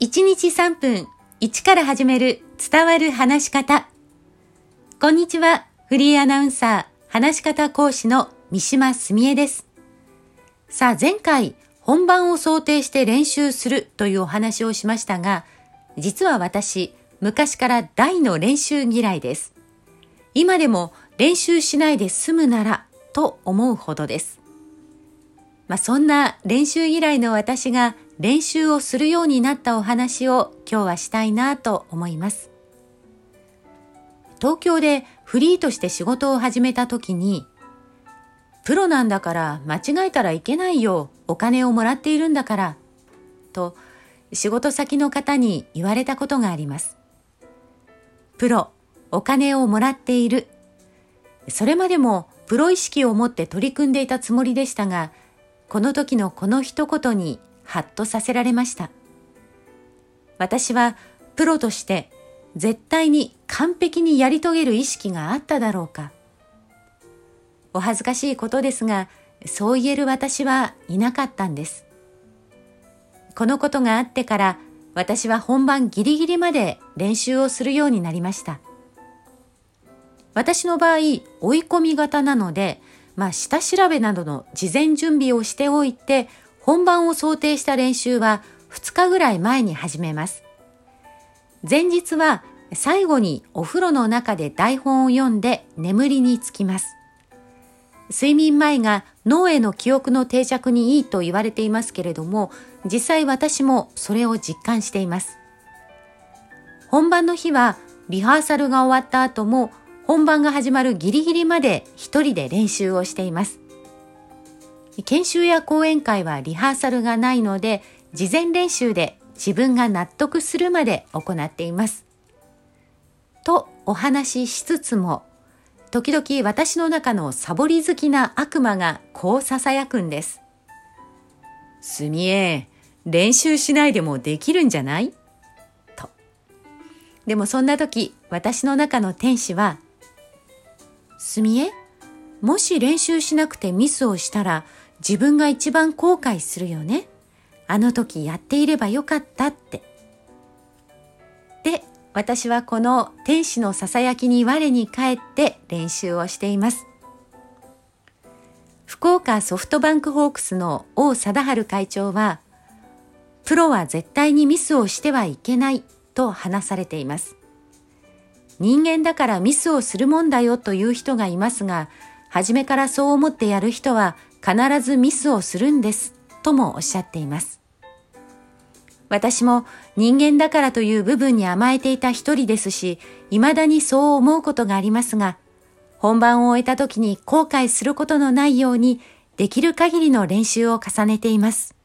1日3分1から始める伝わる話し方。こんにちは、フリーアナウンサー、話し方講師の三島澄江です。さあ、前回本番を想定して練習するというお話をしましたが、実は私、昔から大の練習嫌いです。今でも練習しないで済むならと思うほどです。そんな練習嫌いの私が練習をするようになったお話を今日はしたいなと思います。東京でフリーとして仕事を始めた時に、プロなんだから間違えたらいけないよ、お金をもらっているんだから、と仕事先の方に言われたことがあります。プロ、お金をもらっている。それまでもプロ意識を持って取り組んでいたつもりでしたが、この時のこの一言にハッとさせられました。私はプロとして絶対に完璧にやり遂げる意識があっただろうか。お恥ずかしいことですが、そう言える私はいなかったんです。このことがあってから私は本番ギリギリまで練習をするようになりました。私の場合、追い込み型なので、下調べなどの事前準備をしておいて、本番を想定した練習は2日ぐらい前に始めます。前日は最後にお風呂の中で台本を読んで眠りにつきます。睡眠前が脳への記憶の定着にいいと言われていますけれども、実際私もそれを実感しています。本番の日はリハーサルが終わった後も本番が始まるギリギリまで一人で練習をしています。研修や講演会はリハーサルがないので、事前練習で自分が納得するまで行っています。とお話ししつつも、時々私の中のサボり好きな悪魔がこう囁くんです。澄江、練習しないでもできるんじゃない？と。でもそんな時、私の中の天使は、澄江、もし練習しなくてミスをしたら自分が一番後悔するよね。あの時やっていればよかったって。で、私はこの天使のささやきに我に返って練習をしています。福岡ソフトバンクホークスの王貞治会長は、プロは絶対にミスをしてはいけないと話されています。人間だからミスをするもんだよという人がいますが、初めからそう思ってやる人は必ずミスをするんですともおっしゃっています。私も人間だからという部分に甘えていた一人ですし、未だにそう思うことがありますが、本番を終えた時に後悔することのないようにできる限りの練習を重ねています。